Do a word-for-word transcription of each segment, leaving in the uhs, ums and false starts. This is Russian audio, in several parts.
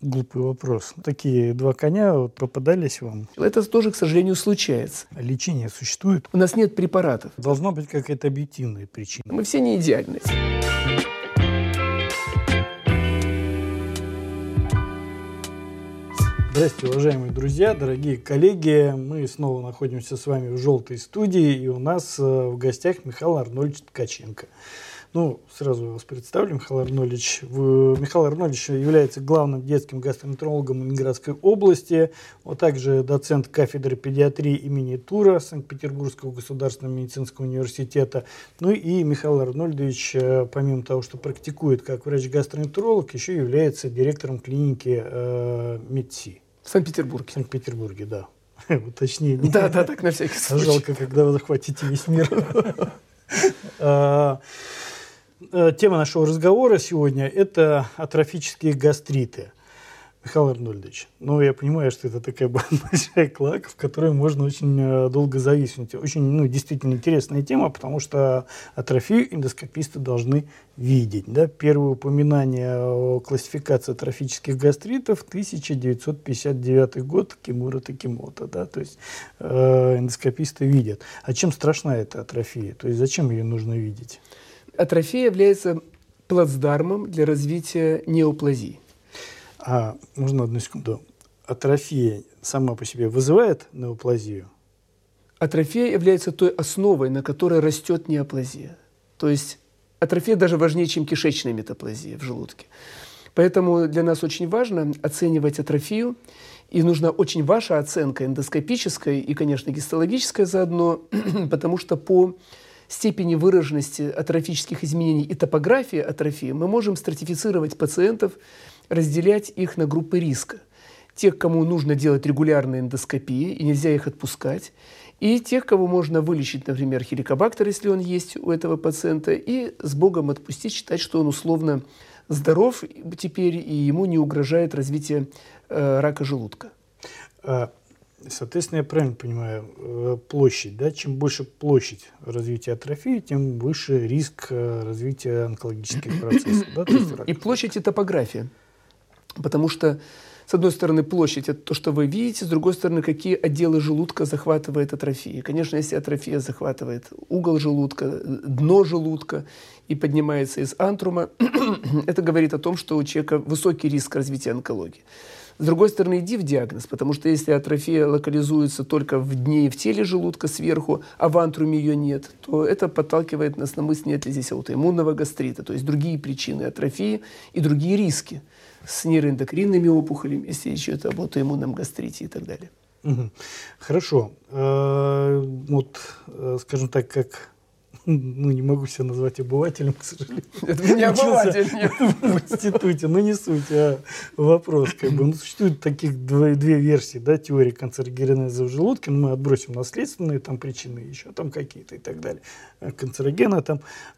Глупый вопрос. Такие два коня вот попадались вам? Это тоже, к сожалению, случается. А лечение существует? У нас нет препаратов. Должна быть какая-то объективная причина. Мы все не идеальны. Здравствуйте, уважаемые друзья, дорогие коллеги. Мы снова находимся с вами в «Желтой студии», и у нас в гостях Михаил Арнольдович Ткаченко. Ну, сразу вас представлю, Михаил Арнольдович. Михаил Арнольдович является главным детским гастроэнтерологом Ленинградской области, а также доцент кафедры педиатрии имени Тура Санкт-Петербургского государственного медицинского университета. Ну и Михаил Арнольдович, помимо того, что практикует как врач-гастроэнтеролог, еще является директором клиники э, МедСи. В Санкт-Петербурге. В Санкт-Петербурге, да. Уточнее. Да, да, так на всякий случай. Жалко, когда вы захватите весь мир. Тема нашего разговора сегодня – это атрофические гастриты. Михаил Арнольдович, ну, я понимаю, что это такая большая клака, в которой можно очень долго зависнуть. Очень, ну, действительно интересная тема, потому что атрофию эндоскописты должны видеть. Да? Первое упоминание о классификации атрофических гастритов – тысяча девятьсот пятьдесят девятый год, Кимура Такимото. Да? То есть э, эндоскописты видят. А чем страшна эта атрофия? То есть зачем ее нужно видеть? Атрофия является плацдармом для развития неоплазии. А можно одну секунду? Атрофия сама по себе вызывает неоплазию? Атрофия является той основой, на которой растет неоплазия. То есть атрофия даже важнее, чем кишечная метаплазия в желудке. Поэтому для нас очень важно оценивать атрофию. И нужна очень ваша оценка эндоскопическая и, конечно, гистологическая заодно, потому что по степени выраженности атрофических изменений и топографии атрофии мы можем стратифицировать пациентов, разделять их на группы риска. Тех, кому нужно делать регулярные эндоскопии, и нельзя их отпускать, и тех, кого можно вылечить, например, хеликобактер, если он есть у этого пациента, и с Богом отпустить, считать, что он условно здоров теперь, и ему не угрожает развитие э, рака желудка. Соответственно, я правильно понимаю, площадь, да? Чем больше площадь развития атрофии, тем выше риск развития онкологических процессов. Да? И площадь и топография. Потому что, с одной стороны, площадь – это то, что вы видите, с другой стороны, какие отделы желудка захватывает атрофия. Конечно, если атрофия захватывает угол желудка, дно желудка и поднимается из антрума, это говорит о том, что у человека высокий риск развития онкологии. С другой стороны, иди в диагноз, потому что если атрофия локализуется только в дне и в теле желудка сверху, а в антруме ее нет, то это подталкивает нас на мысль, нет ли здесь аутоиммунного гастрита, то есть другие причины атрофии и другие риски с нейроэндокринными опухолями, если речь идет об аутоиммунном гастрите и так далее. Угу. Хорошо. Вот, скажем так, как... Ну, не могу себя назвать обывателем, к сожалению. Это не обыватель, нет. В институте, но не суть, а вопрос. Как бы. Ну, существует таких две, две версии, да, теории канцерогенеза в желудке, но мы отбросим наследственные там причины, еще там какие-то и так далее, канцерогена там.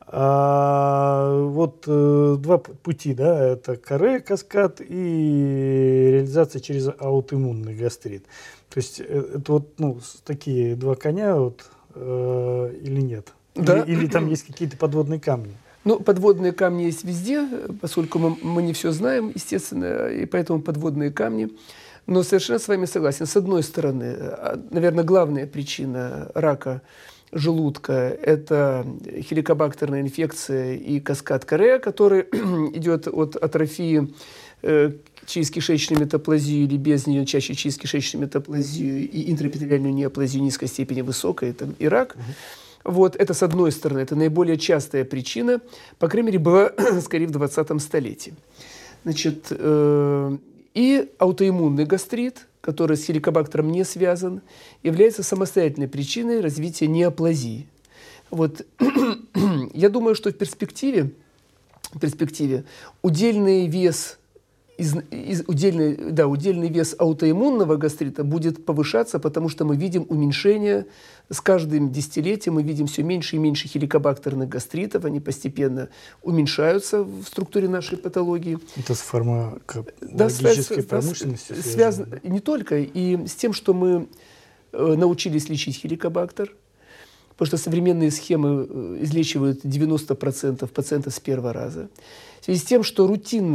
А, вот э, два пути, да, это каре, каскад и реализация через аутоиммунный гастрит. То есть это вот, ну, такие два коня вот, э, или нет? Да. Или, или там есть какие-то подводные камни? Ну, подводные камни есть везде, поскольку мы, мы не все знаем, естественно, и поэтому подводные камни. Но совершенно с вами согласен. С одной стороны, наверное, главная причина рака желудка – это хеликобактерная инфекция и каскад Корре, который идет от атрофии э, через кишечную метаплазию или без нее, чаще через кишечную метаплазию и интраэпителиальную неоплазию низкой степени высокой, это и рак. Вот, это с одной стороны, это наиболее частая причина, по крайней мере, была скорее в двадцатом столетии. Значит, э, и аутоиммунный гастрит, который с хеликобактером не связан, является самостоятельной причиной развития неоплазии. Вот, я думаю, что в перспективе, в перспективе удельный вес Из, из, удельный, да, удельный вес аутоиммунного гастрита будет повышаться, потому что мы видим уменьшение. С каждым десятилетием мы видим все меньше и меньше хеликобактерных гастритов. Они постепенно уменьшаются в структуре нашей патологии. Это с фармакологической да, промышленностью связано? Связано не только. И с тем, что мы э, научились лечить хеликобактер. Потому что современные схемы излечивают девяносто процентов пациентов с первого раза. В связи с тем, что рутинно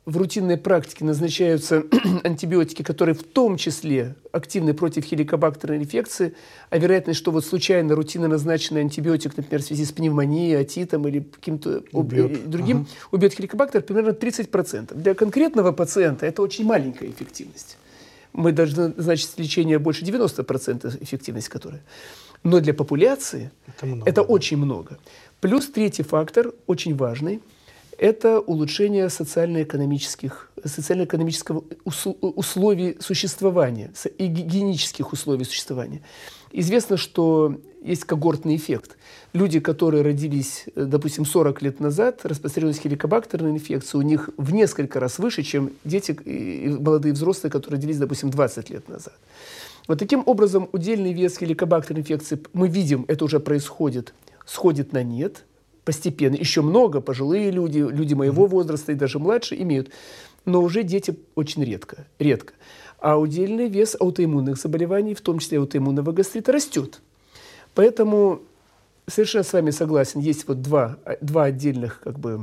в рутинной практике назначаются антибиотики, которые в том числе активны против хеликобактерной инфекции, а вероятность, что вот случайно рутинно назначенный антибиотик, например, в связи с пневмонией, отитом или каким-то убьет. другим, ага. убьет хеликобактер, примерно тридцать процентов. Для конкретного пациента это очень маленькая эффективность. Мы должны назначить лечение больше девяносто процентов эффективность которой. Но для популяции это, много, это да. очень много. Плюс третий фактор, очень важный, это улучшение социально-экономических, социально-экономического условий существования и гигиенических условий существования. Известно, что есть когортный эффект. Люди, которые родились, допустим, сорок лет назад, распространенность хеликобактерной инфекции у них в несколько раз выше, чем дети и молодые взрослые, которые родились, допустим, двадцать лет назад. Вот таким образом удельный вес хеликобактерной инфекции, мы видим, это уже происходит, сходит на нет постепенно. Еще много, пожилые люди, люди моего возраста и даже младше имеют, но уже дети очень редко, редко. А удельный вес аутоиммунных заболеваний, в том числе аутоиммунного гастрита, растет. Поэтому совершенно с вами согласен, есть вот два, два отдельных как бы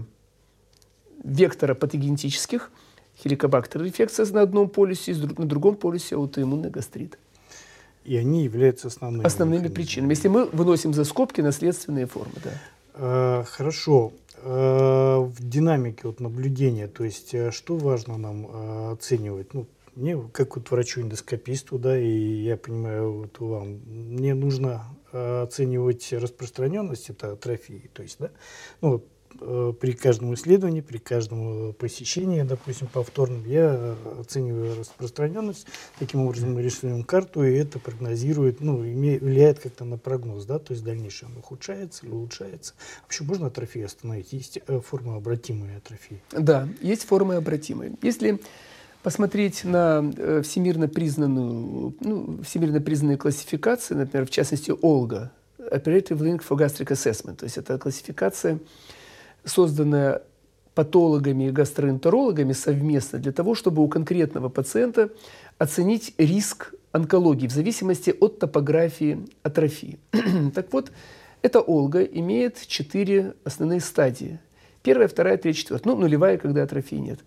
вектора патогенетических. Хеликобактерная инфекция на одном полюсе, на другом полюсе аутоиммунный гастрит. И они являются основными, основными причинами, если мы выносим за скобки наследственные формы. Да. А, хорошо. А, в динамике вот, наблюдения, то есть что важно нам а, оценивать? Ну, мне, как вот врачу-эндоскописту, да, и я понимаю, вот вам, мне нужно а, оценивать распространенность этой атрофии, то есть, да, ну, при каждом исследовании, при каждом посещении, допустим, повторном, я оцениваю распространенность. Таким образом, мы рисуем карту, и это прогнозирует, ну, влияет как-то на прогноз, да, то есть в дальнейшем ухудшается или улучшается. Вообще можно атрофию остановить? Есть формы обратимой атрофии? Да, есть формы обратимые. Если посмотреть на всемирно признанную, ну, всемирно признанные классификации, например, в частности, ОЛГА, Operative Link for Gastric Assessment, то есть это классификация, созданная патологами и гастроэнтерологами совместно для того, чтобы у конкретного пациента оценить риск онкологии в зависимости от топографии атрофии. Так вот, эта ОЛГА имеет четыре основные стадии. Первая, вторая, третья, четвертая. Ну, нулевая, когда атрофии нет.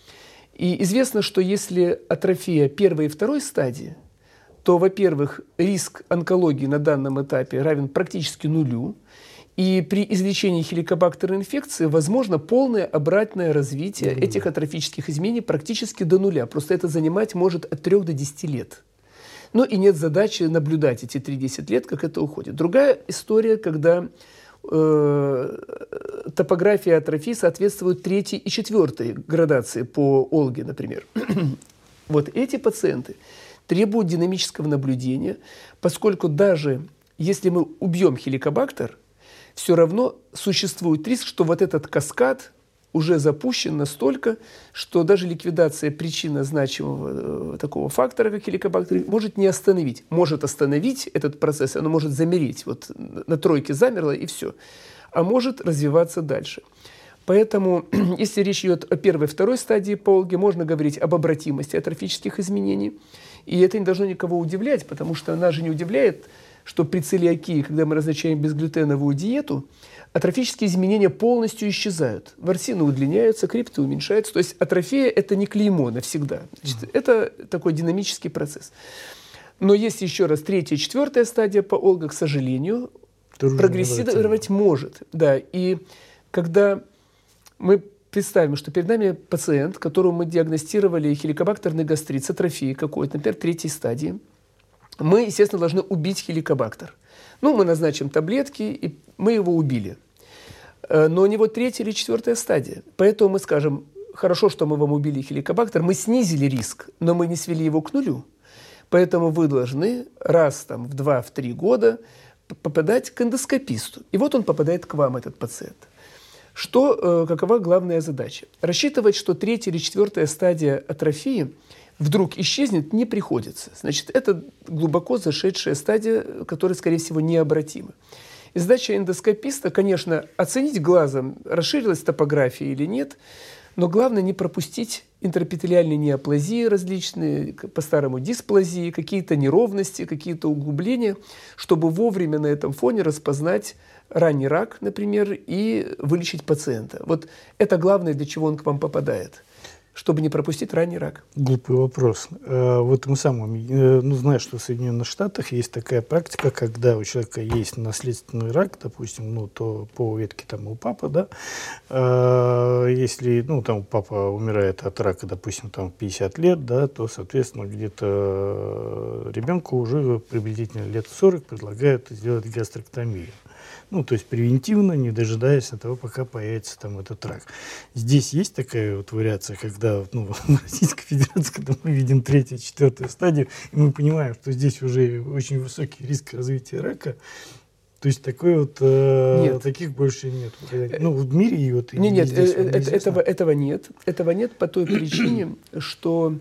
И известно, что если атрофия первой и второй стадии, то, во-первых, риск онкологии на данном этапе равен практически нулю. И при излечении хеликобактерной инфекции возможно полное обратное развитие mm-hmm. этих атрофических изменений практически до нуля. Просто это занимать может от трёх до десяти лет. Ну и нет задачи наблюдать эти три-десять лет, как это уходит. Другая история, когда э, топография атрофии соответствует третьей и четвертой градации по ОЛГе, например. Вот эти пациенты требуют динамического наблюдения, поскольку даже если мы убьем хеликобактер, все равно существует риск, что вот этот каскад уже запущен настолько, что даже ликвидация причинно значимого э, такого фактора, как хеликобактер, может не остановить. Может остановить этот процесс, оно может замереть. Вот на тройке замерло и все. А может развиваться дальше. Поэтому, если речь идет о первой и второй стадии по ОЛГе, можно говорить об обратимости атрофических изменений. И это не должно никого удивлять, потому что нас же не удивляет, что при целиакии, когда мы назначаем безглютеновую диету, атрофические изменения полностью исчезают. Ворсины удлиняются, крипты уменьшаются. То есть атрофия – это не клеймо навсегда. Значит, это такой динамический процесс. Но есть еще раз третья и четвертая стадия по ОЛГа, к сожалению, прогрессировать может. Да. И когда мы представим, что перед нами пациент, которому мы диагностировали хеликобактерный гастрит с атрофией какой-то, например, третьей стадии, мы, естественно, должны убить хеликобактер. Ну, мы назначим таблетки, и мы его убили. Но у него третья или четвертая стадия. Поэтому мы скажем, хорошо, что мы вам убили хеликобактер, мы снизили риск, но мы не свели его к нулю. Поэтому вы должны раз там, в два, в три года попадать к эндоскописту. И вот он попадает к вам, этот пациент. Что, какова главная задача? Рассчитывать, что третья или четвертая стадия атрофии вдруг исчезнет, не приходится. Значит, это глубоко зашедшая стадия, которая, скорее всего, необратима. И задача эндоскописта, конечно, оценить глазом, расширилась топография или нет, но главное не пропустить интраэпителиальные неоплазии различные, по-старому дисплазии, какие-то неровности, какие-то углубления, чтобы вовремя на этом фоне распознать ранний рак, например, и вылечить пациента. Вот это главное, для чего он к вам попадает. чтобы не пропустить ранний рак. Глупый вопрос. В этом самом, ну, знаешь, что в Соединенных Штатах есть такая практика, когда у человека есть наследственный рак, допустим, ну, то по ветке там у папы, да, если, ну, там папа умирает от рака, допустим, там в пятьдесят лет, да, то, соответственно, где-то ребенку уже приблизительно лет сорок предлагают сделать гастроктомию. Ну, то есть превентивно, не дожидаясь того, пока появится там этот рак. Здесь есть такая вот вариация, когда, ну, в Российской Федерации, когда мы видим третью, четвертую стадию, и мы понимаем, что здесь уже очень высокий риск развития рака. То есть такой вот, э, таких больше нет. Ну, в мире и вот... Нет, нет, здесь, э, э, этого, этого нет. Этого нет по той причине, что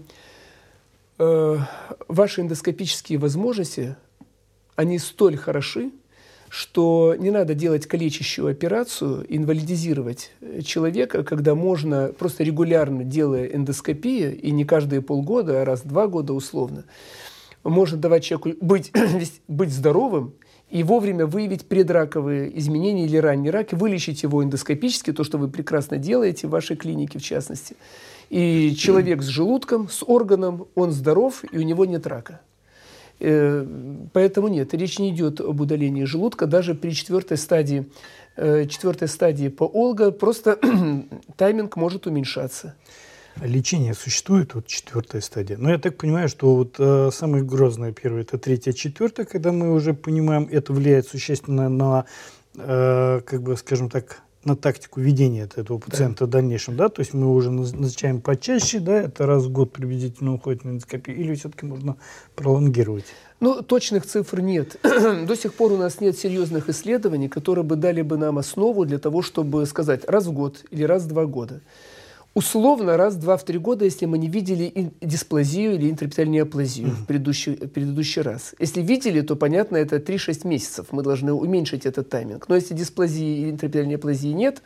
э, ваши эндоскопические возможности, они столь хороши, что не надо делать калечащую операцию, инвалидизировать человека, когда можно, просто регулярно делая эндоскопию, и не каждые полгода, а раз в два года условно, можно давать человеку быть, быть здоровым и вовремя выявить предраковые изменения или ранний рак, и вылечить его эндоскопически, то, что вы прекрасно делаете в вашей клинике, в частности. И человек с желудком, с органом, он здоров, и у него нет рака. Поэтому нет, речь не идет об удалении желудка. Даже при четвертой стадии, четвертой стадии по ОЛГА просто тайминг может уменьшаться. Лечение существует, вот четвертая стадия. Но я так понимаю, что вот э, самое грозное первое, это третья, четвертая, когда мы уже понимаем, это влияет существенно на, э, как бы, скажем так, на тактику ведения этого пациента, да, в дальнейшем, да, то есть мы уже назначаем почаще, да, это раз в год приблизительно уходит на эндоскопию, или все-таки можно пролонгировать? Ну, точных цифр нет. До сих пор у нас нет серьезных исследований, которые бы дали бы нам основу для того, чтобы сказать раз в год или раз в два года. Условно, раз в два-три года, если мы не видели дисплазию или интраэпителиальную неоплазию mm-hmm. в предыдущий, предыдущий раз. Если видели, то, понятно, это три-шесть месяцев. Мы должны уменьшить этот тайминг. Но если дисплазии или интраэпителиальной неоплазии нет,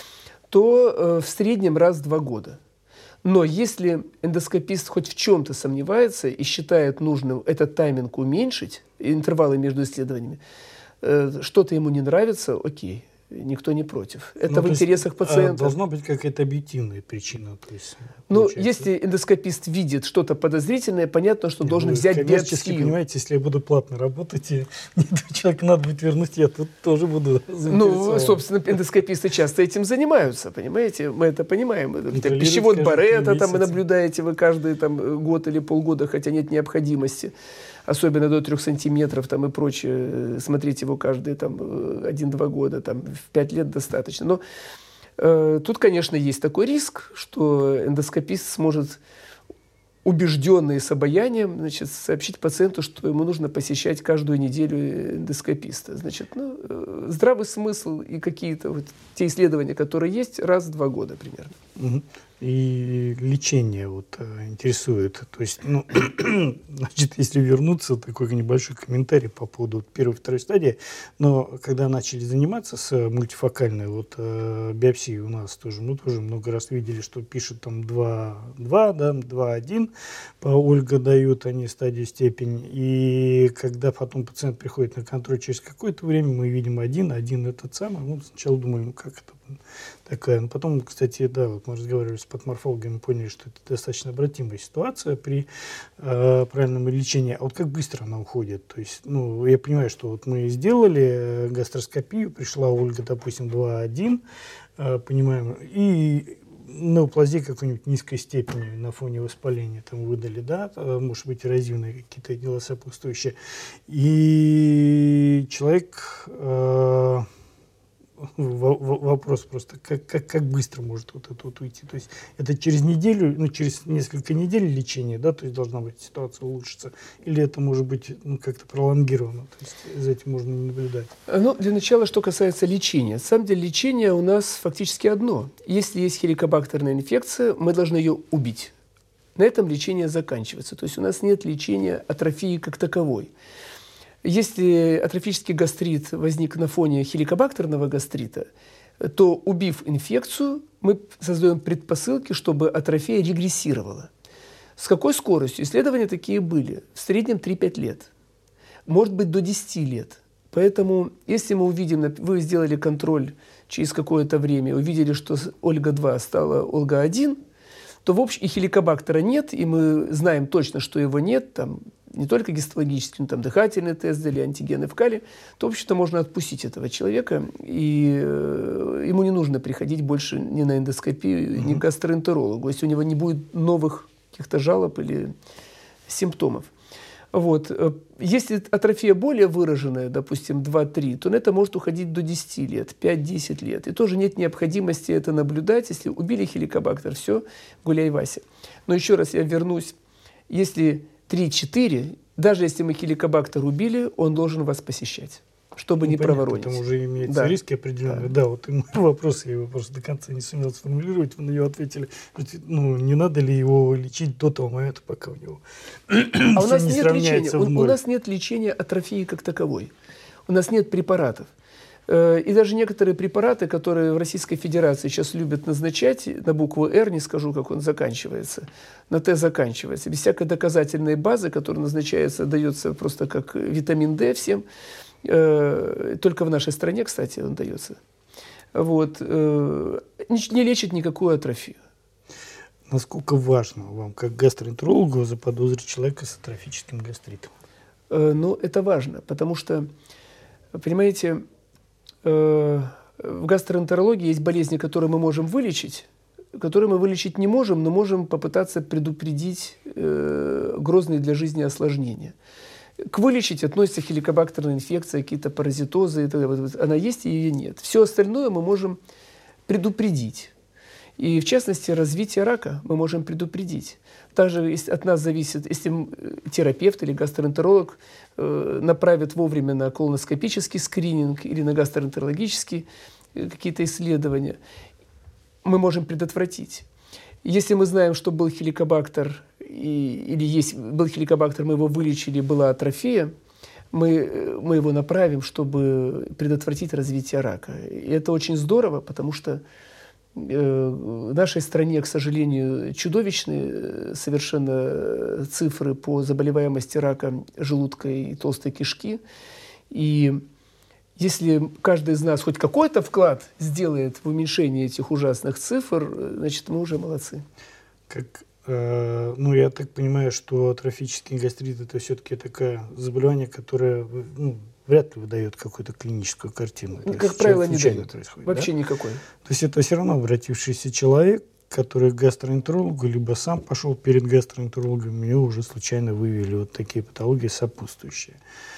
то э, в среднем раз в два года. Но если эндоскопист хоть в чем-то сомневается и считает нужным этот тайминг уменьшить, интервалы между исследованиями, э, что-то ему не нравится, окей. Никто не против. Это ну, в интересах пациента. Должна быть какая-то объективная причина. То есть, ну, если эндоскопист видит что-то подозрительное, понятно, что Нет, должен ну, взять биопсию. Понимаете, если я буду платно работать, и человека надо будет вернуть, я тут тоже буду Ну, собственно, эндоскописты часто этим занимаются, понимаете? Мы это понимаем. Пищевод Барретта там вы наблюдаете вы каждый там, год или полгода, хотя нет необходимости. Особенно до трех сантиметров там, и прочее, смотреть его каждые там, один-два года, там, в пять лет достаточно. Но э, тут, конечно, есть такой риск, что эндоскопист сможет убежденный с обаянием, значит, сообщить пациенту, что ему нужно посещать каждую неделю эндоскописта. Значит, ну, э, здравый смысл и какие-то вот те исследования, которые есть, раз в два года примерно. Угу. И лечение вот интересует. То есть, ну, значит, если вернуться, такой небольшой комментарий по поводу первой и второй стадии, но когда начали заниматься с мультифокальной вот, э, биопсией у нас тоже, мы тоже много раз видели, что пишут там два два, да, два один, по Ольга дают они стадию, степень, и когда потом пациент приходит на контроль через какое-то время, мы видим один, один этот самый, ну, сначала думаем, ну, как это такая. Но потом, кстати, да, вот мы разговаривали с патоморфологами, поняли, что это достаточно обратимая ситуация при э, правильном лечении. А вот как быстро она уходит? То есть, ну, я понимаю, что вот мы сделали гастроскопию, пришла Ольга, допустим, два один, э, понимаем, и неоплазии какой-нибудь низкой степени на фоне воспаления там выдали, да, может быть, эрозивные какие-то дела сопутствующие. И человек... Э, Вопрос просто, как, как, как быстро может вот это вот уйти? То есть это через неделю, ну, через несколько недель лечения, да, то есть должна быть ситуация улучшиться, или это может быть ну, как-то пролонгировано, то есть за этим можно не наблюдать? Ну, для начала, что касается лечения. На самом деле лечение у нас фактически одно. Если есть хеликобактерная инфекция, мы должны ее убить. На этом лечение заканчивается. То есть у нас нет лечения атрофии как таковой. Если атрофический гастрит возник на фоне хеликобактерного гастрита, то, убив инфекцию, мы создаем предпосылки, чтобы атрофия регрессировала. С какой скоростью? Исследования такие были. В среднем три-пять лет. Может быть, до десяти лет. Поэтому, если мы увидим, вы сделали контроль через какое-то время, увидели, что Ольга два стала Ольга один, то в общем и хеликобактера нет, и мы знаем точно, что его нет, там, не только гистологический, но там дыхательный тест или антигены в кале, то, в общем-то, можно отпустить этого человека, и э, ему не нужно приходить больше ни на эндоскопию, mm-hmm. ни к гастроэнтерологу, если у него не будет новых каких-то жалоб или симптомов. Вот. Если атрофия более выраженная, допустим, два-три, то на это может уходить до десяти лет, пять-десять лет. И тоже нет необходимости это наблюдать. Если убили хеликобактер, все, гуляй, Вася. Но еще раз я вернусь. Если три-четыре, даже если мы хеликобактер убили, он должен вас посещать, чтобы ну, не понятно, проворонить. Там уже имеются да. риски определенные. Да. да, вот и мой вопрос, я его просто до конца не сумел сформулировать, вы на него ответили. Ну, не надо ли его лечить до того момента, пока у него а у нас не нет лечения. У, у нас нет лечения атрофии как таковой. У нас нет препаратов. И даже некоторые препараты, которые в Российской Федерации сейчас любят назначать, на букву «Р», не скажу, как он заканчивается, на «Т» заканчивается, без всякой доказательной базы, которая назначается, дается просто как витамин D всем, только в нашей стране, кстати, он дается, вот, не лечит никакую атрофию. Насколько важно вам, как гастроэнтерологу, заподозрить человека с атрофическим гастритом? Ну, это важно, потому что, понимаете, в гастроэнтерологии есть болезни, которые мы можем вылечить, которые мы вылечить не можем, но можем попытаться предупредить э, грозные для жизни осложнения. К вылечить относятся хеликобактерная инфекция, какие-то паразитозы. Она есть и ее нет. Все остальное мы можем предупредить. И в частности, развитие рака мы можем предупредить. Также если от нас зависит, если терапевт или гастроэнтеролог э, направит вовремя на колоноскопический скрининг или на гастроэнтерологические э, какие-то исследования, мы можем предотвратить. Если мы знаем, что был хеликобактер, и, или есть, был хеликобактер, мы его вылечили, была атрофия, мы, мы его направим, чтобы предотвратить развитие рака. И это очень здорово, потому что в нашей стране, к сожалению, чудовищные совершенно цифры по заболеваемости рака желудка и толстой кишки. И если каждый из нас хоть какой-то вклад сделает в уменьшение этих ужасных цифр, значит, мы уже молодцы. Как, э, ну, я так понимаю, что атрофический гастрит – это все-таки такое заболевание, которое, ну, вряд ли выдает какую-то клиническую картину. Ну, как правило, не дает. Вообще да? никакой. То есть это все равно обратившийся человек, который к гастроэнтерологу, либо сам пошел перед гастроэнтерологом, у него уже случайно выявили вот такие патологии сопутствующие.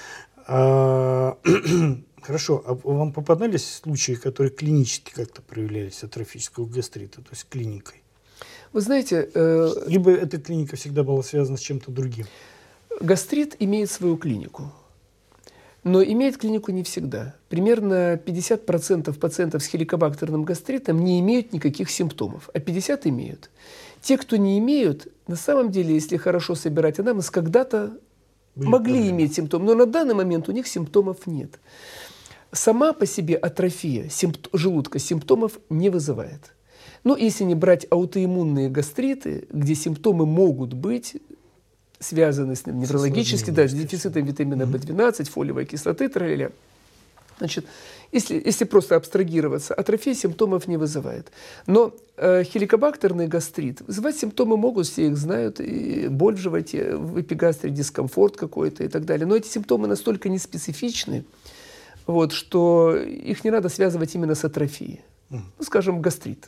А, хорошо, а вам попадались случаи, которые клинически как-то проявлялись атрофического гастрита, то есть клиникой? Вы знаете... Э... Либо эта клиника всегда была связана с чем-то другим? Гастрит имеет свою клинику. Но имеет клинику не всегда. Примерно пятьдесят процентов пациентов с хеликобактерным гастритом не имеют никаких симптомов, а пятьдесят процентов имеют. Те, кто не имеют, на самом деле, если хорошо собирать анамнез, когда-то Были могли проблемы. иметь симптомы, но на данный момент у них симптомов нет. Сама по себе атрофия симп... желудка симптомов не вызывает. Но если не брать аутоиммунные гастриты, где симптомы могут быть связаны с неврологически, да, с дефицитом витамина бэ двенадцать, фолиевой кислоты, тра-ля-ля. Значит, если, если просто абстрагироваться, атрофия симптомов не вызывает. Но э, хеликобактерный гастрит вызывать симптомы могут, все их знают, и боль в животе, в эпигастре, дискомфорт какой-то и так далее. Но эти симптомы настолько неспецифичны, вот, что их не надо связывать именно с атрофией. Ну, скажем, гастрит.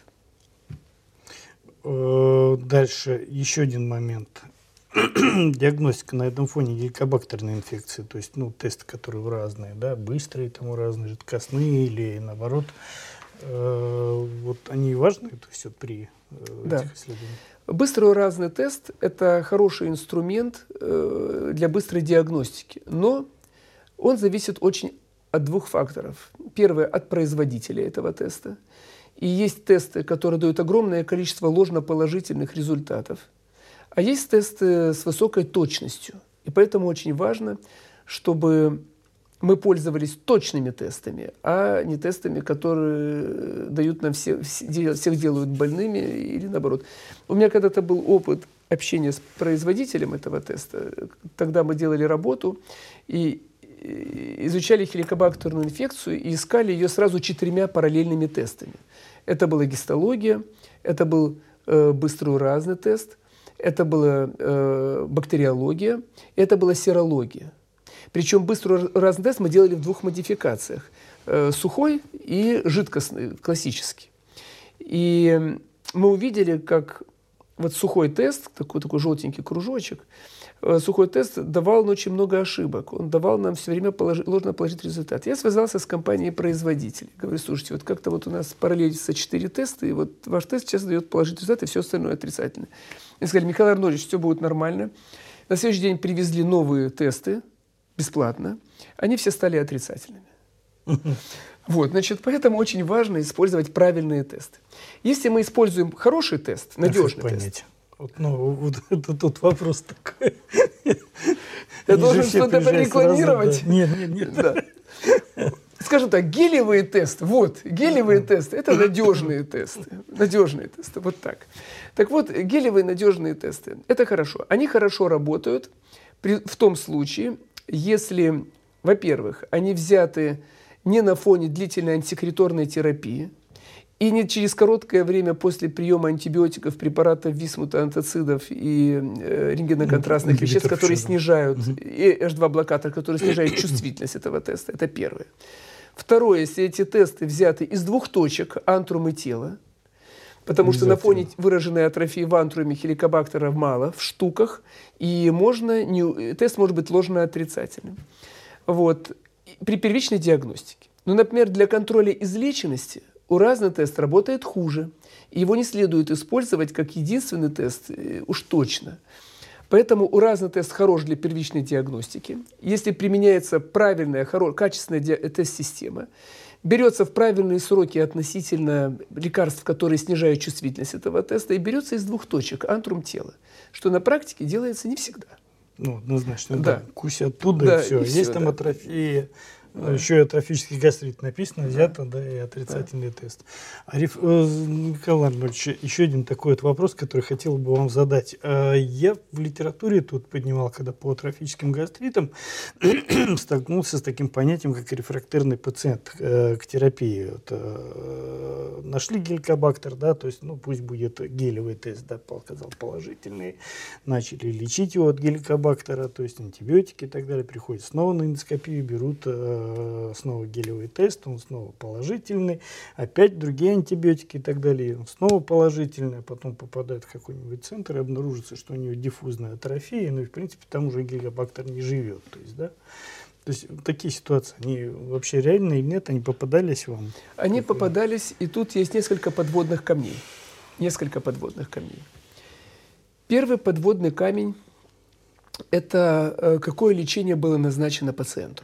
Дальше еще один момент. Диагностика на этом фоне геликобактерной инфекции, то есть, ну, тесты, которые разные, да, быстрые, тому разные, жидкостные или наоборот, э, вот они важны, то есть, вот, при э, да. этих исследованиях? Быстрый разный тест – это хороший инструмент э, для быстрой диагностики, но он зависит очень от двух факторов. Первое – от производителя этого теста. И есть тесты, которые дают огромное количество ложноположительных результатов. А есть тесты с высокой точностью. И поэтому очень важно, чтобы мы пользовались точными тестами, а не тестами, которые дают нам все, всех делают больными или наоборот. У меня когда-то был опыт общения с производителем этого теста. Тогда мы делали работу и изучали хеликобактерную инфекцию и искали ее сразу четырьмя параллельными тестами. Это была гистология, это был э, быстроуразный тест, это была э, бактериология, это была серология. Причем быстроуразный тест мы делали в двух модификациях. Э, сухой и жидкостный, классический. И мы увидели, как вот сухой тест, такой, такой желтенький кружочек, э, сухой тест давал очень много ошибок. Он давал нам все время положи, ложноположительный результат. Я связался с компанией-производителей. Говорю, слушайте, вот как-то вот у нас параллелится четыре теста, и вот ваш тест сейчас дает положительный результат, и все остальное отрицательное. Они сказали, Михаил Арнольдович, все будет нормально. На следующий день привезли новые тесты бесплатно. Они все стали отрицательными. Вот, значит, поэтому очень важно использовать правильные тесты. Если мы используем хороший тест, надежный как тест. Понять? Вот, ну, вот это тут вопрос такой. Я должен что-то порекламировать? Да. Нет, нет, нет. Да. Скажем так, гелевые тесты, вот, гелевые тесты, это надежные тесты, надежные тесты, вот так. Так вот, гелевые надежные тесты, это хорошо. Они хорошо работают при, в том случае, если, во-первых, они взяты не на фоне длительной антисекреторной терапии и не через короткое время после приема антибиотиков, препаратов висмута, антацидов и э, рентгеноконтрастных веществ, которые снижают, и эйч два блокатор, который снижает чувствительность этого теста. Это первое. Второе, если эти тесты взяты из двух точек, антрум и тело, потому что на фоне выраженной атрофии в антруме хеликобактера мало, в штуках, и можно, не, тест может быть ложно-отрицательным. Вот. При первичной диагностике. Ну, например, для контроля излеченности уразный тест работает хуже. И его не следует использовать как единственный тест, уж точно. Поэтому уразный тест хорош для первичной диагностики. Если применяется правильная, хоро... качественная ди... тест-система, берется в правильные сроки относительно лекарств, которые снижают чувствительность этого теста, и берется из двух точек, антрум тела, что на практике делается не всегда. Ну, однозначно, да. да. Кусь оттуда, да, и все. И Есть все, там да. атрофия, да. еще и атрофический гастрит написано, взято, да, и отрицательный да. тест. Ариф, э, Михаил Арнольдович, еще один такой вот вопрос, который хотел бы вам задать. Э, я в литературе тут поднимал, когда по атрофическим гастритам столкнулся с таким понятием, как рефрактерный пациент э, к терапии. Вот, э, нашли геликобактер, да, то есть, ну, пусть будет гелевый тест, да, показал положительный, начали лечить его от геликобактера, то есть антибиотики и так далее, приходят снова на эндоскопию, берут э, снова гелевый тест, он снова положительный, опять другие антибиотики и так далее, он снова положительный, потом попадает в какой-нибудь центр и обнаружится, что у него диффузная атрофия, ну и в принципе там уже геликобактер не живет, то есть, да. То есть такие ситуации, они вообще реальные или нет? Они попадались вам? Они как попадались, и тут есть несколько подводных камней. Несколько подводных камней. Первый подводный камень – это какое лечение было назначено пациенту.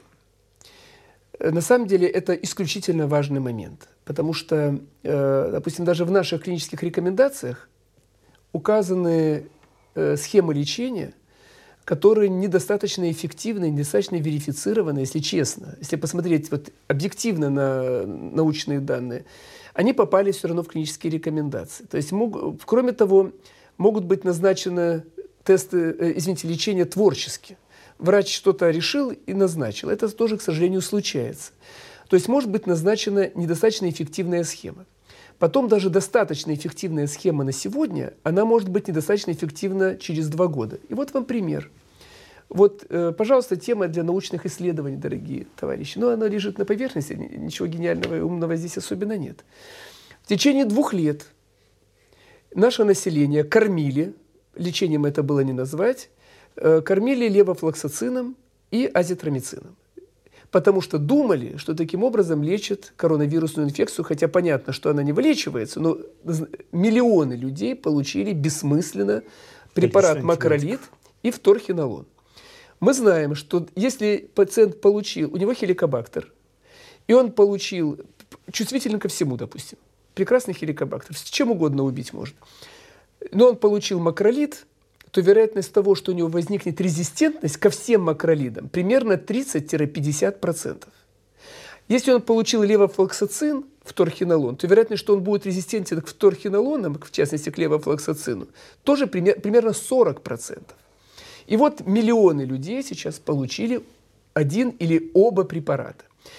На самом деле это исключительно важный момент, потому что, допустим, даже в наших клинических рекомендациях указаны схемы лечения, которые недостаточно эффективны, недостаточно верифицированы, если честно. Если посмотреть вот объективно на научные данные, они попали все равно в клинические рекомендации. То есть, мог, кроме того, могут быть назначены тесты, э, извините, лечение творчески. Врач что-то решил и назначил. Это тоже, к сожалению, случается. То есть может быть назначена недостаточно эффективная схема. Потом даже достаточно эффективная схема на сегодня, она может быть недостаточно эффективна через два года. И вот вам пример. Вот, э, пожалуйста, тема для научных исследований, дорогие товарищи. Но она лежит на поверхности, ничего гениального и умного здесь особенно нет. В течение двух лет наше население кормили, лечением это было не назвать, э, кормили левофлоксацином и азитромицином. Потому что думали, что таким образом лечат коронавирусную инфекцию, хотя понятно, что она не вылечивается, но миллионы людей получили бессмысленно препарат макролид и вторхинолон. Мы знаем, что если пациент получил, у него хеликобактер, и он получил, чувствителен ко всему, допустим, прекрасный хеликобактер, с чем угодно убить может, но он получил макролид, то вероятность того, что у него возникнет резистентность ко всем макролидам, примерно тридцать-пятьдесят процентов. Если он получил левофлоксацин, вторхинолон, то вероятность, что он будет резистентен к вторхинолонам, в частности к левофлоксацину, тоже пример, примерно сорок процентов. И вот миллионы людей сейчас получили один или оба препарата.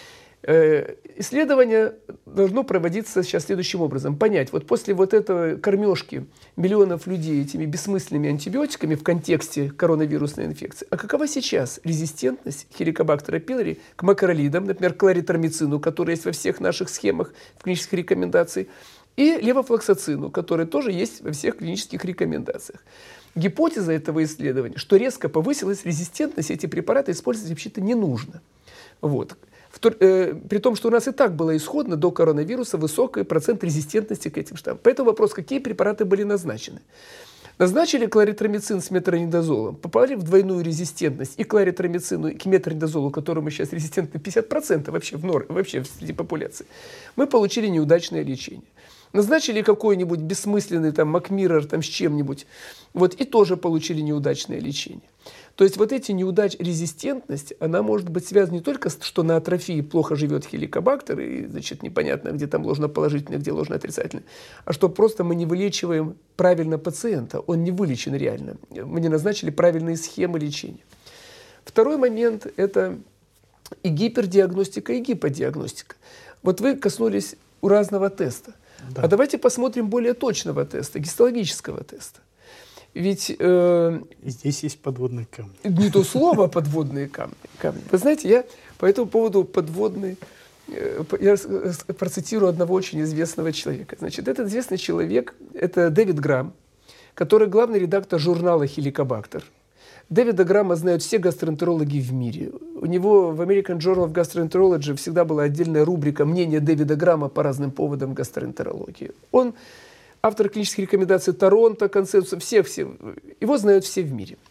Исследование должно проводиться сейчас следующим образом. Понять, вот после вот этой кормежки миллионов людей этими бессмысленными антибиотиками в контексте коронавирусной инфекции, а какова сейчас резистентность хеликобактера пилори к макролидам, например, к ларитромицину, который есть во всех наших схемах в клинических рекомендациях, и левофлоксацину, который тоже есть во всех клинических рекомендациях. Гипотеза этого исследования, что резко повысилась резистентность, эти препараты использовать вообще-то не нужно. Вот. При том, что у нас и так было исходно до коронавируса высокий процент резистентности к этим штаммам. Поэтому вопрос, какие препараты были назначены. Назначили кларитромицин с метронидозолом, попали в двойную резистентность и к кларитромицину, и к метронидозолу, которому сейчас резистентны пятьдесят процентов вообще, в нор, вообще среди популяции. Мы получили неудачное лечение. Назначили какой-нибудь бессмысленный там макмиррор там, с чем-нибудь, вот, и тоже получили неудачное лечение. То есть вот эти неудачи, резистентность, она может быть связана не только с, что на атрофии плохо живет хеликобактер, и, значит, непонятно, где там ложноположительное, где ложноотрицательное, а что просто мы не вылечиваем правильно пациента, он не вылечен реально. Мы не назначили правильные схемы лечения. Второй момент – это и гипердиагностика, и гиподиагностика. Вот вы коснулись уразного теста. Да. А давайте посмотрим более точного теста, гистологического теста. Ведь э, здесь есть подводные камни. Не то слово подводные камни, камни. Вы знаете, я по этому поводу подводный, э, я процитирую одного очень известного человека. Значит, этот известный человек – это Дэвид Грамм, который главный редактор журнала «Хеликобактер». Дэвида Грамма знают все гастроэнтерологи в мире. У него в American Journal of Gastroenterology всегда была отдельная рубрика «Мнение Дэвида Грамма по разным поводам гастроэнтерологии». Он автор клинических рекомендаций Торонто, консенсуса, всех, все, его знают все в мире.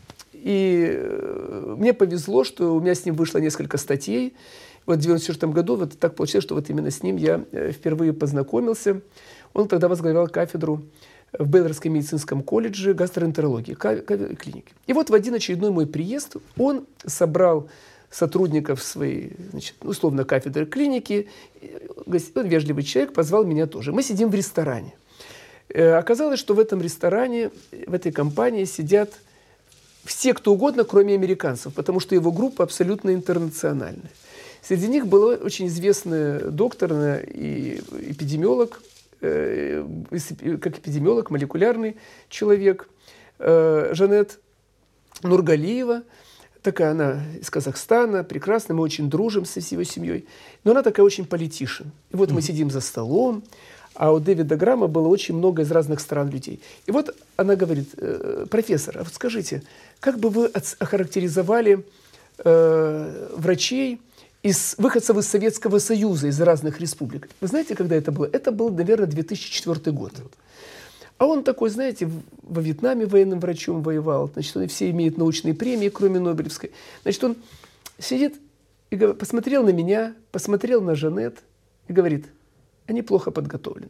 И мне повезло, что у меня с ним вышло несколько статей. Вот в девяносто четвёртом году вот так получилось, что вот именно с ним я впервые познакомился. Он тогда возглавлял кафедру в Бейлорском медицинском колледже гастроэнтерологии, клиники. И вот в один очередной мой приезд он собрал сотрудников своей, значит, условно, кафедры клиники. Он вежливый человек, позвал меня тоже. Мы сидим в ресторане. Оказалось, что в этом ресторане, в этой компании сидят все, кто угодно, кроме американцев, потому что его группа абсолютно интернациональная. Среди них была очень известная доктор и эпидемиолог, э, как эпидемиолог, молекулярный человек, э, Жанет Нургалиева. Такая она из Казахстана, прекрасная, мы очень дружим со всей его семьей. Но она такая очень политишен. И вот mm-hmm. мы сидим за столом, а у Дэвида Грамма было очень много из разных стран людей. И вот она говорит: профессор, а вот скажите, как бы вы охарактеризовали э, врачей, из, выходцев из Советского Союза, из разных республик? Вы знаете, когда это было? Это был, наверное, две тысячи четвёртый год. А он такой, знаете, во Вьетнаме военным врачом воевал. Значит, он все имеют научные премии, кроме Нобелевской. Значит, он сидит и посмотрел на меня, посмотрел на Жанет и говорит: они плохо подготовлены.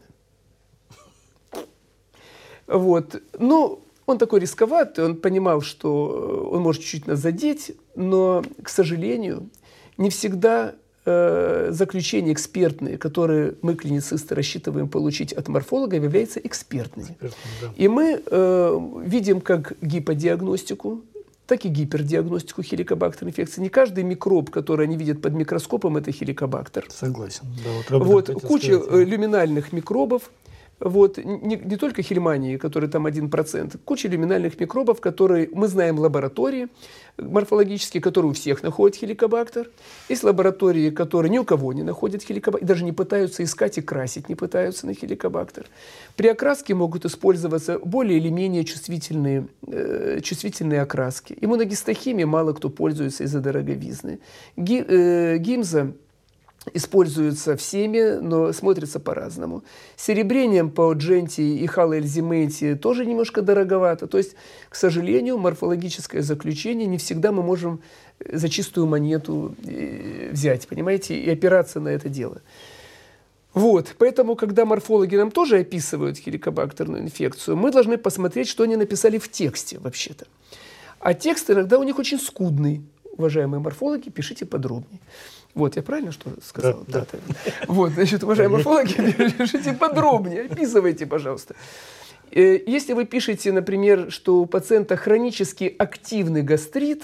Вот. Ну, он такой рисковатый, он понимал, что он может чуть-чуть нас задеть, но, к сожалению, не всегда э, заключения экспертные, которые мы, клиницисты, рассчитываем получить от морфолога, являются экспертными. Экспертным, да. И мы э, видим как гиподиагностику, так и гипердиагностику хеликобактер инфекции. Не каждый микроб, который они видят под микроскопом, это хеликобактер. Согласен. Да, вот, вот куча сказать, люминальных микробов. Вот, не, не только хельмании, которые там один процент, куча люминальных микробов, которые мы знаем в лаборатории морфологические, которые у всех находят хеликобактер. Есть лаборатории, которые ни у кого не находят хеликобактер, даже не пытаются искать и красить, не пытаются на хеликобактер. При окраске могут использоваться более или менее чувствительные, э, чувствительные окраски. Иммуногистохимией мало кто пользуется из-за дороговизны. Ги, э, гимза используются всеми, но смотрятся по-разному. Серебрением по Дженти и халоэльзименти тоже немножко дороговато. То есть, к сожалению, морфологическое заключение не всегда мы можем за чистую монету взять, понимаете, и опираться на это дело. Вот, поэтому, когда морфологи нам тоже описывают хеликобактерную инфекцию, мы должны посмотреть, что они написали в тексте вообще-то. А текст иногда у них очень скудный. Уважаемые морфологи, пишите подробнее. Вот, я правильно что сказал? Да, да. Да. Вот, значит, уважаемые морфологи, пишите подробнее, описывайте, пожалуйста. Если вы пишете, например, что у пациента хронически активный гастрит,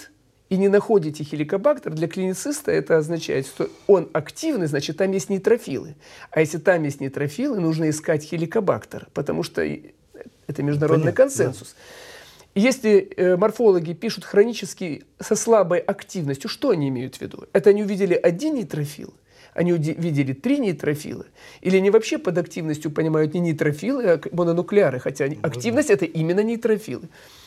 и не находите хеликобактер, для клинициста это означает, что он активный, значит, там есть нейтрофилы. А если там есть нейтрофилы, нужно искать хеликобактер, потому что это международный Понятно, консенсус. Да. Если э, морфологи пишут хронически со слабой активностью, что они имеют в виду? Это они увидели один нейтрофил, они увидели три нейтрофила, или они вообще под активностью понимают не нейтрофилы, а мононуклеары, хотя ну, активность – это именно нейтрофилы.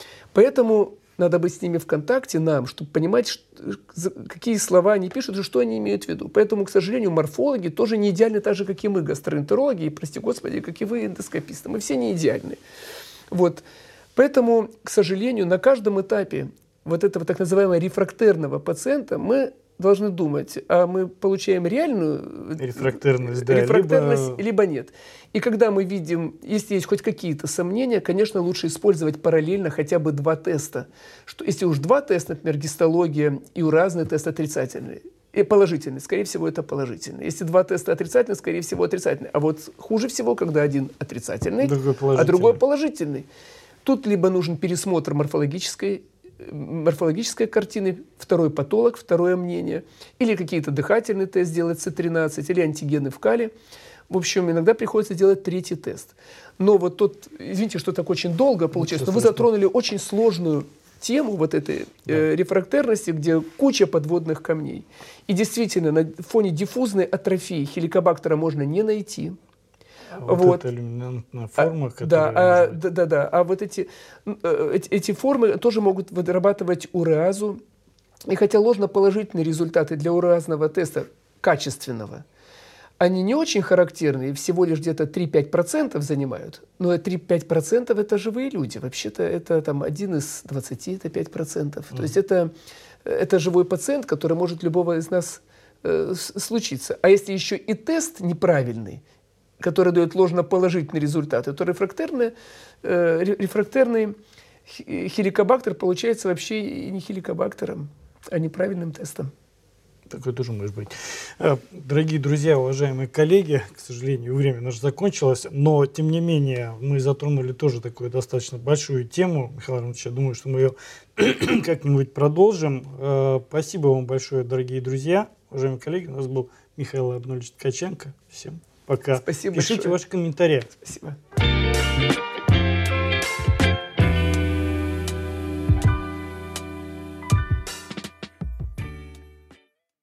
Поэтому надо быть с ними в контакте нам, чтобы понимать, что, какие слова они пишут и что они имеют в виду. Поэтому, к сожалению, морфологи тоже не идеальны, так же, как и мы, гастроэнтерологи, и, прости господи, как и вы, эндоскописты. Мы все не идеальны. Вот. Поэтому, к сожалению, на каждом этапе вот этого так называемого рефрактерного пациента мы должны думать, а мы получаем реальную рефрактерность, да, рефрактерность либо... либо нет. И когда мы видим, если есть хоть какие-то сомнения, конечно, лучше использовать параллельно хотя бы два теста. Что, если уж два теста, например, гистология и уразный тест отрицательный, и положительный, скорее всего, это положительный. Если два теста отрицательные, скорее всего, отрицательный. А вот хуже всего, когда один отрицательный, другой а другой положительный. Тут либо нужен пересмотр морфологической морфологической картины, второй патолог, второе мнение, или какие-то дыхательные тесты делать С тринадцать, или антигены в кале. В общем, иногда приходится делать третий тест. Но вот тот, извините, что так очень долго получилось, но вы затронули очень сложную тему вот этой да. э, рефрактерности, где куча подводных камней. И действительно, на фоне диффузной атрофии хеликобактера можно не найти. Вот, вот эта люминантная форма, а, которая... Да, а, да, да, да. А вот эти, эти, эти формы тоже могут вырабатывать уреазу. И хотя ложноположительные результаты для уреазного теста качественного, они не очень характерны, всего лишь где-то три-пять процентов занимают. Но три-пять процентов это живые люди. Вообще-то это там один из двадцати, это пять процентов. Mm. То есть это, это живой пациент, который может любого из нас э, случиться. А если еще и тест неправильный, который дает ложноположительные результаты, то рефрактерный, э, рефрактерный хеликобактер получается вообще и не хеликобактером, а неправильным тестом. Такое тоже может быть. Дорогие друзья, уважаемые коллеги, к сожалению, время наше закончилось, но, тем не менее, мы затронули тоже такую достаточно большую тему. Михаил Иванович, я думаю, что мы ее как-нибудь продолжим. Спасибо вам большое, дорогие друзья. Уважаемые коллеги, у нас был Михаил Арнольдович Ткаченко. Всем пока. Спасибо Пишите большое. ваши комментарии. Спасибо.